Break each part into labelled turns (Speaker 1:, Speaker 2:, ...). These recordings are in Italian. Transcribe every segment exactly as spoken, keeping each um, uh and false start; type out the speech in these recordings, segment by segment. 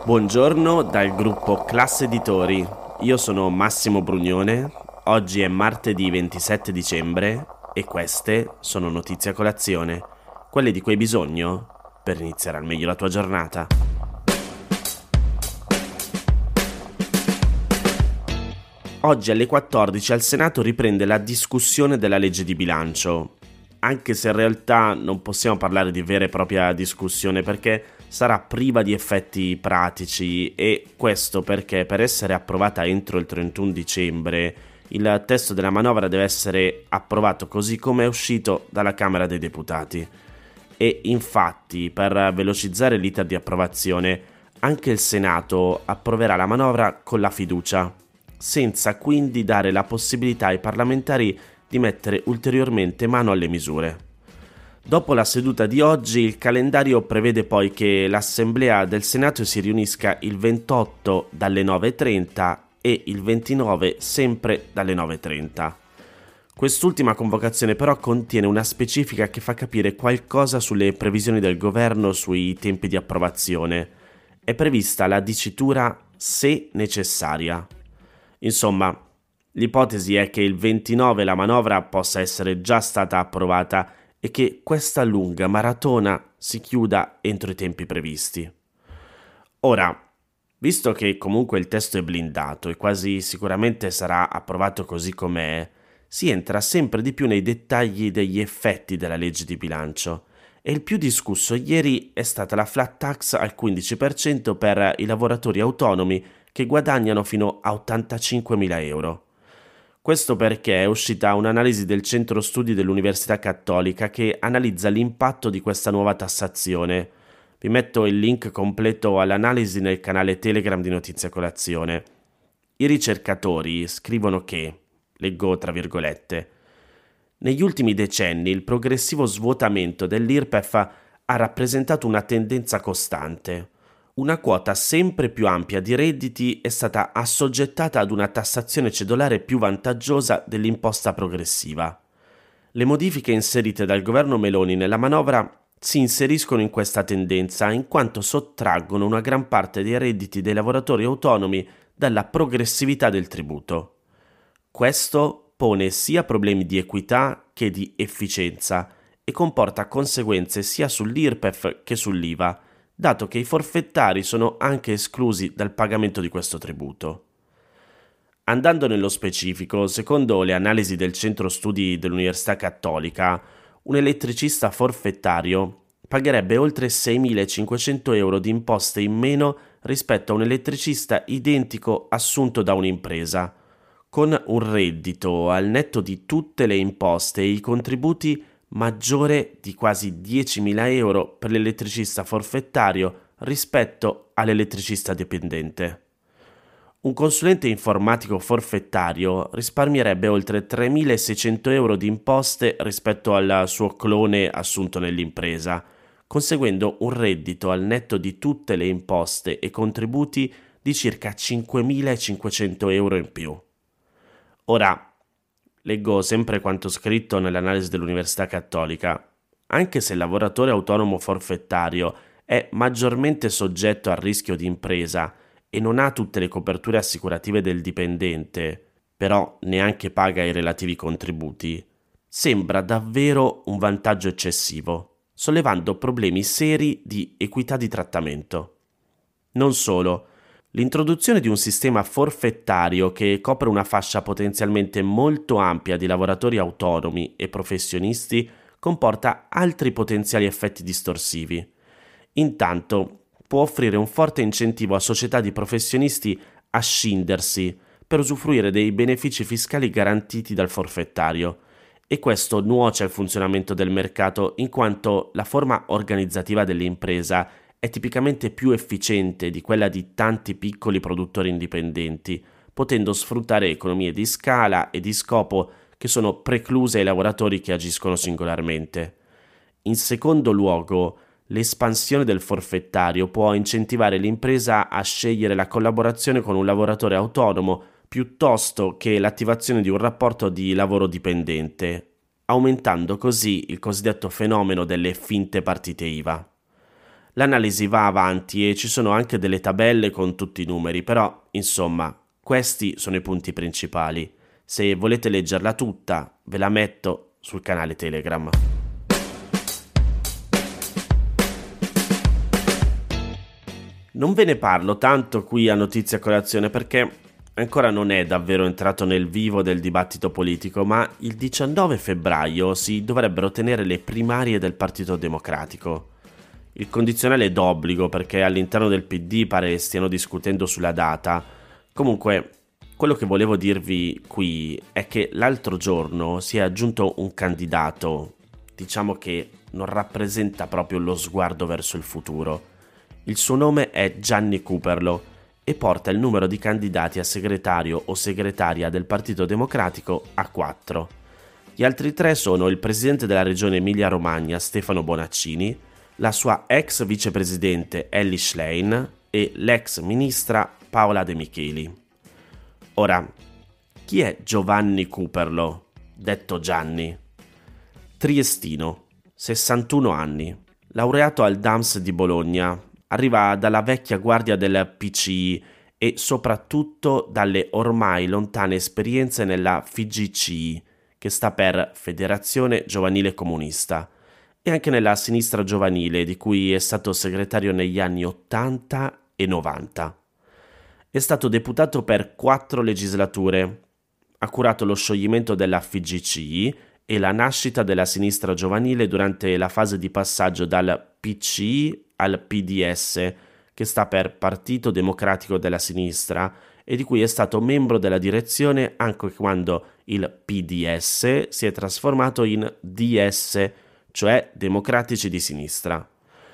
Speaker 1: Buongiorno dal gruppo Classe Editori, io sono Massimo Brugnone, oggi è martedì ventisette dicembre e queste sono notizie a colazione, quelle di cui hai bisogno per iniziare al meglio la tua giornata. Oggi alle quattordici al Senato riprende la discussione della legge di bilancio, anche se in realtà non possiamo parlare di vera e propria discussione perché sarà priva di effetti pratici e questo perché per essere approvata entro il trentuno dicembre il testo della manovra deve essere approvato così come è uscito dalla Camera dei Deputati e infatti per velocizzare l'iter di approvazione anche il Senato approverà la manovra con la fiducia, senza quindi dare la possibilità ai parlamentari di mettere ulteriormente mano alle misure. Dopo la seduta di oggi, il calendario prevede poi che l'Assemblea del Senato si riunisca il ventotto dalle nove e trenta e il ventinove sempre dalle nove e trenta. Quest'ultima convocazione però contiene una specifica che fa capire qualcosa sulle previsioni del governo sui tempi di approvazione. È prevista la dicitura se necessaria. Insomma, l'ipotesi è che il ventinove la manovra possa essere già stata approvata e che questa lunga maratona si chiuda entro i tempi previsti. Ora, visto che comunque il testo è blindato e quasi sicuramente sarà approvato così com'è, si entra sempre di più nei dettagli degli effetti della legge di bilancio e il più discusso ieri è stata la flat tax al quindici per cento per i lavoratori autonomi che guadagnano fino a ottantacinquemila euro. Questo perché è uscita un'analisi del Centro Studi dell'Università Cattolica che analizza l'impatto di questa nuova tassazione. Vi metto il link completo all'analisi nel canale Telegram di Notizie a Colazione. I ricercatori scrivono che, leggo tra virgolette, negli ultimi decenni il progressivo svuotamento dell'I R P E F ha rappresentato una tendenza costante. Una quota sempre più ampia di redditi è stata assoggettata ad una tassazione cedolare più vantaggiosa dell'imposta progressiva. Le modifiche inserite dal governo Meloni nella manovra si inseriscono in questa tendenza in quanto sottraggono una gran parte dei redditi dei lavoratori autonomi dalla progressività del tributo. Questo pone sia problemi di equità che di efficienza e comporta conseguenze sia sull'I R P E F che sull'I V A, dato che i forfettari sono anche esclusi dal pagamento di questo tributo. Andando nello specifico, secondo le analisi del Centro Studi dell'Università Cattolica, un elettricista forfettario pagherebbe oltre seimilacinquecento euro di imposte in meno rispetto a un elettricista identico assunto da un'impresa, con un reddito al netto di tutte le imposte e i contributi maggiore di quasi diecimila euro per l'elettricista forfettario rispetto all'elettricista dipendente. Un consulente informatico forfettario risparmierebbe oltre tremilaseicento euro di imposte rispetto al suo clone assunto nell'impresa, conseguendo un reddito al netto di tutte le imposte e contributi di circa cinquemilacinquecento euro in più. Ora, leggo sempre quanto scritto nell'analisi dell'Università Cattolica. Anche se il lavoratore autonomo forfettario è maggiormente soggetto al rischio di impresa e non ha tutte le coperture assicurative del dipendente, però neanche paga i relativi contributi, sembra davvero un vantaggio eccessivo, sollevando problemi seri di equità di trattamento. Non solo, l'introduzione di un sistema forfettario che copre una fascia potenzialmente molto ampia di lavoratori autonomi e professionisti comporta altri potenziali effetti distorsivi. Intanto, può offrire un forte incentivo a società di professionisti a scindersi per usufruire dei benefici fiscali garantiti dal forfettario e questo nuoce al funzionamento del mercato in quanto la forma organizzativa dell'impresa è tipicamente più efficiente di quella di tanti piccoli produttori indipendenti, potendo sfruttare economie di scala e di scopo che sono precluse ai lavoratori che agiscono singolarmente. In secondo luogo, l'espansione del forfettario può incentivare l'impresa a scegliere la collaborazione con un lavoratore autonomo piuttosto che l'attivazione di un rapporto di lavoro dipendente, aumentando così il cosiddetto fenomeno delle finte partite I V A. L'analisi va avanti e ci sono anche delle tabelle con tutti i numeri, però, insomma, questi sono i punti principali. Se volete leggerla tutta, ve la metto sul canale Telegram. Non ve ne parlo tanto qui a Notizia Colazione perché ancora non è davvero entrato nel vivo del dibattito politico, ma il diciannove febbraio si dovrebbero tenere le primarie del Partito Democratico. Il condizionale è d'obbligo perché all'interno del P D pare stiano discutendo sulla data. Comunque, quello che volevo dirvi qui è che l'altro giorno si è aggiunto un candidato, diciamo che non rappresenta proprio lo sguardo verso il futuro. Il suo nome è Gianni Cooperlo e porta il numero di candidati a segretario o segretaria del Partito Democratico a quattro. Gli altri tre sono il presidente della regione Emilia-Romagna Stefano Bonaccini, la sua ex vicepresidente Elly Schlein e l'ex ministra Paola De Micheli. Ora, chi è Giovanni Cooperlo, detto Gianni? Triestino, sessantuno anni, laureato al D A M S di Bologna, arriva dalla vecchia guardia del P C I e soprattutto dalle ormai lontane esperienze nella F G C I, che sta per Federazione Giovanile Comunista, e anche nella sinistra giovanile, di cui è stato segretario negli anni ottanta e novanta. È stato deputato per quattro legislature, ha curato lo scioglimento della F G C I e la nascita della sinistra giovanile durante la fase di passaggio dal P C I al P D S, che sta per Partito Democratico della Sinistra, e di cui è stato membro della direzione anche quando il P D S si è trasformato in D S, cioè Democratici di Sinistra.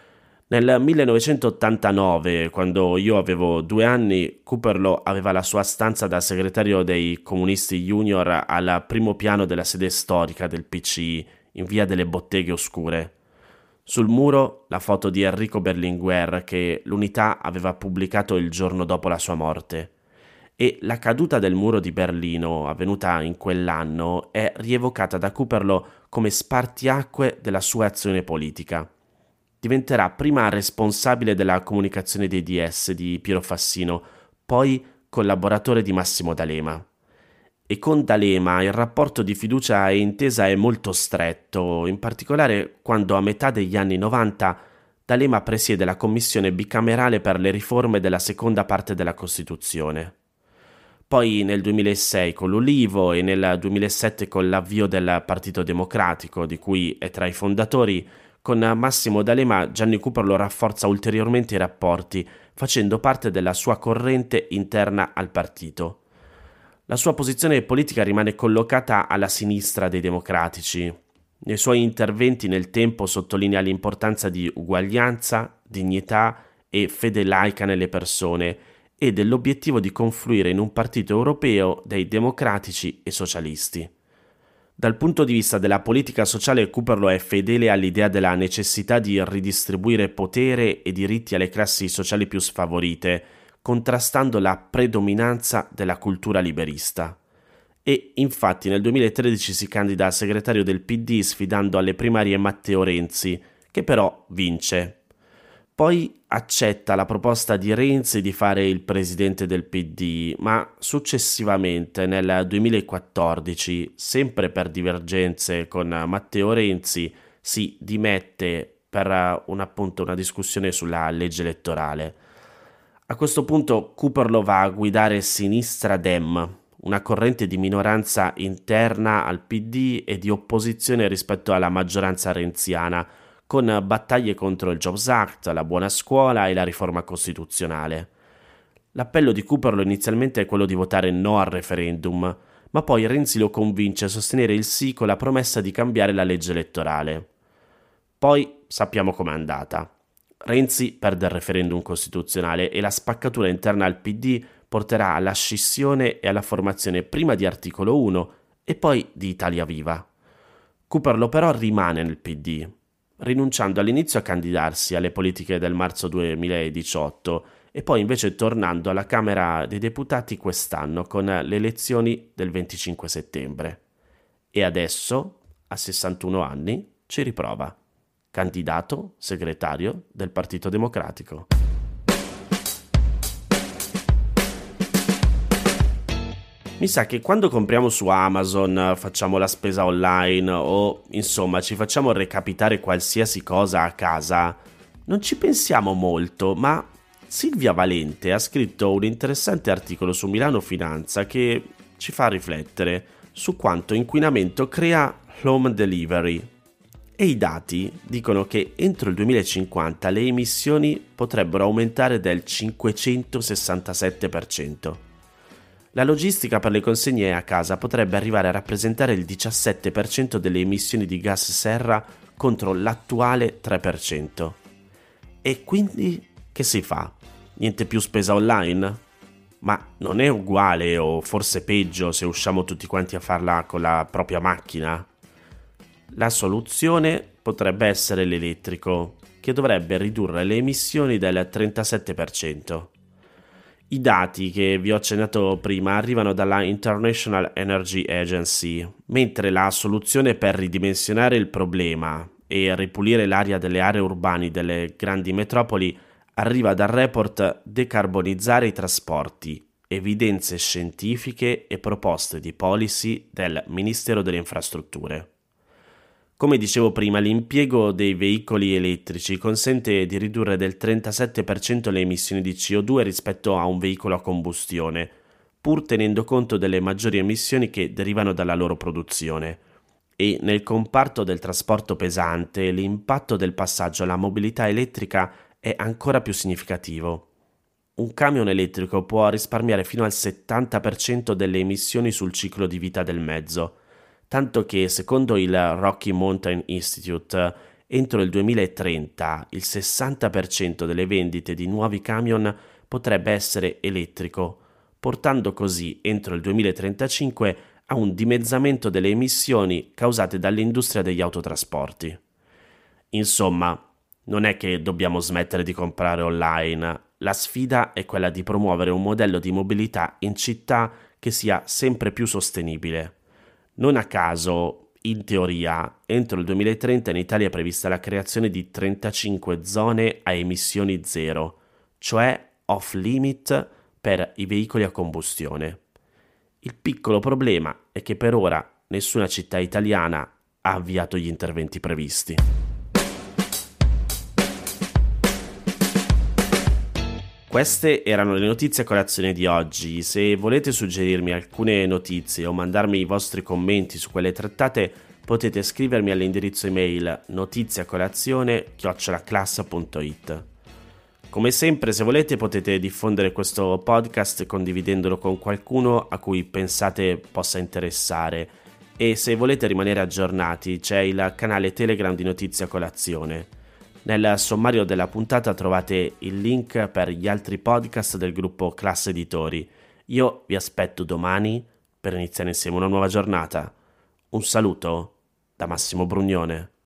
Speaker 1: Nel millenovecentottantanove, quando io avevo due anni, Cooperlo aveva la sua stanza da segretario dei Comunisti Junior al primo piano della sede storica del P C I, in via delle Botteghe Oscure. Sul muro la foto di Enrico Berlinguer che l'Unità aveva pubblicato il giorno dopo la sua morte. E la caduta del muro di Berlino, avvenuta in quell'anno, è rievocata da Cooperlo come spartiacque della sua azione politica. Diventerà prima responsabile della comunicazione dei D S di Piero Fassino, poi collaboratore di Massimo D'Alema. E con D'Alema il rapporto di fiducia e intesa è molto stretto, in particolare quando a metà degli anni novanta D'Alema presiede la commissione bicamerale per le riforme della seconda parte della Costituzione. Poi nel duemilasei con l'Ulivo e nel duemilasette con l'avvio del Partito Democratico, di cui è tra i fondatori, con Massimo D'Alema Gianni Cooperlo rafforza ulteriormente i rapporti, facendo parte della sua corrente interna al partito. La sua posizione politica rimane collocata alla sinistra dei democratici. Nei suoi interventi nel tempo sottolinea l'importanza di uguaglianza, dignità e fede laica nelle persone e dell'obiettivo di confluire in un partito europeo dei democratici e socialisti. Dal punto di vista della politica sociale, Cooperlo è fedele all'idea della necessità di ridistribuire potere e diritti alle classi sociali più sfavorite, contrastando la predominanza della cultura liberista. E infatti nel duemilatredici si candida a segretario del P D sfidando alle primarie Matteo Renzi, che però vince. Poi accetta la proposta di Renzi di fare il presidente del P D, ma successivamente nel duemilaquattordici, sempre per divergenze con Matteo Renzi, si dimette per un, appunto, una discussione sulla legge elettorale. A questo punto Cooperlo va a guidare Sinistra Dem, una corrente di minoranza interna al P D e di opposizione rispetto alla maggioranza renziana, con battaglie contro il Jobs Act, la buona scuola e la riforma costituzionale. L'appello di Cooperlo inizialmente è quello di votare no al referendum, ma poi Renzi lo convince a sostenere il sì con la promessa di cambiare la legge elettorale. Poi sappiamo com'è andata. Renzi perde il referendum costituzionale e la spaccatura interna al P D porterà alla scissione e alla formazione prima di Articolo uno e poi di Italia Viva. Cooperlo però rimane nel P D, rinunciando all'inizio a candidarsi alle politiche del marzo duemiladiciotto e poi invece tornando alla Camera dei Deputati quest'anno con le elezioni del venticinque settembre. E adesso, a sessantuno anni, ci riprova. candidato segretario del Partito Democratico. Mi sa che quando compriamo su Amazon, facciamo la spesa online o insomma ci facciamo recapitare qualsiasi cosa a casa, non ci pensiamo molto, ma Silvia Valente ha scritto un interessante articolo su Milano Finanza che ci fa riflettere su quanto inquinamento crea l'home delivery. E i dati dicono che entro il duemilacinquanta le emissioni potrebbero aumentare del cinquecentosessantasette per cento. La logistica per le consegne a casa potrebbe arrivare a rappresentare il diciassette per cento delle emissioni di gas serra contro l'attuale tre per cento. E quindi che si fa? Niente più spesa online? Ma non è uguale o forse peggio se usciamo tutti quanti a farla con la propria macchina? La soluzione potrebbe essere l'elettrico, che dovrebbe ridurre le emissioni del trentasette per cento. I dati che vi ho accennato prima arrivano dalla International Energy Agency, mentre la soluzione per ridimensionare il problema e ripulire l'aria delle aree urbane delle grandi metropoli arriva dal report Decarbonizzare i trasporti, evidenze scientifiche e proposte di policy del Ministero delle Infrastrutture. Come dicevo prima, l'impiego dei veicoli elettrici consente di ridurre del trentasette per cento le emissioni di C O due rispetto a un veicolo a combustione, pur tenendo conto delle maggiori emissioni che derivano dalla loro produzione. E nel comparto del trasporto pesante l'impatto del passaggio alla mobilità elettrica è ancora più significativo. Un camion elettrico può risparmiare fino al settanta per cento delle emissioni sul ciclo di vita del mezzo, tanto che secondo il Rocky Mountain Institute entro il duemilatrenta il sessanta per cento delle vendite di nuovi camion potrebbe essere elettrico, portando così entro il duemilatrentacinque a un dimezzamento delle emissioni causate dall'industria degli autotrasporti. Insomma, non è che dobbiamo smettere di comprare online, la sfida è quella di promuovere un modello di mobilità in città che sia sempre più sostenibile. Non a caso, in teoria, entro il duemilatrenta in Italia è prevista la creazione di trentacinque zone a emissioni zero, cioè off-limit per i veicoli a combustione. Il piccolo problema è che per ora nessuna città italiana ha avviato gli interventi previsti. Queste erano le notizie a colazione di oggi. Se volete suggerirmi alcune notizie o mandarmi i vostri commenti su quelle trattate, potete scrivermi all'indirizzo email notiziacolazione chiocciola classa punto it. Come sempre, se volete potete diffondere questo podcast condividendolo con qualcuno a cui pensate possa interessare, e se volete rimanere aggiornati c'è il canale Telegram di Notizia Colazione. Nel sommario della puntata trovate il link per gli altri podcast del gruppo Classe Editori. Io vi aspetto domani per iniziare insieme una nuova giornata. Un saluto da Massimo Brugnone.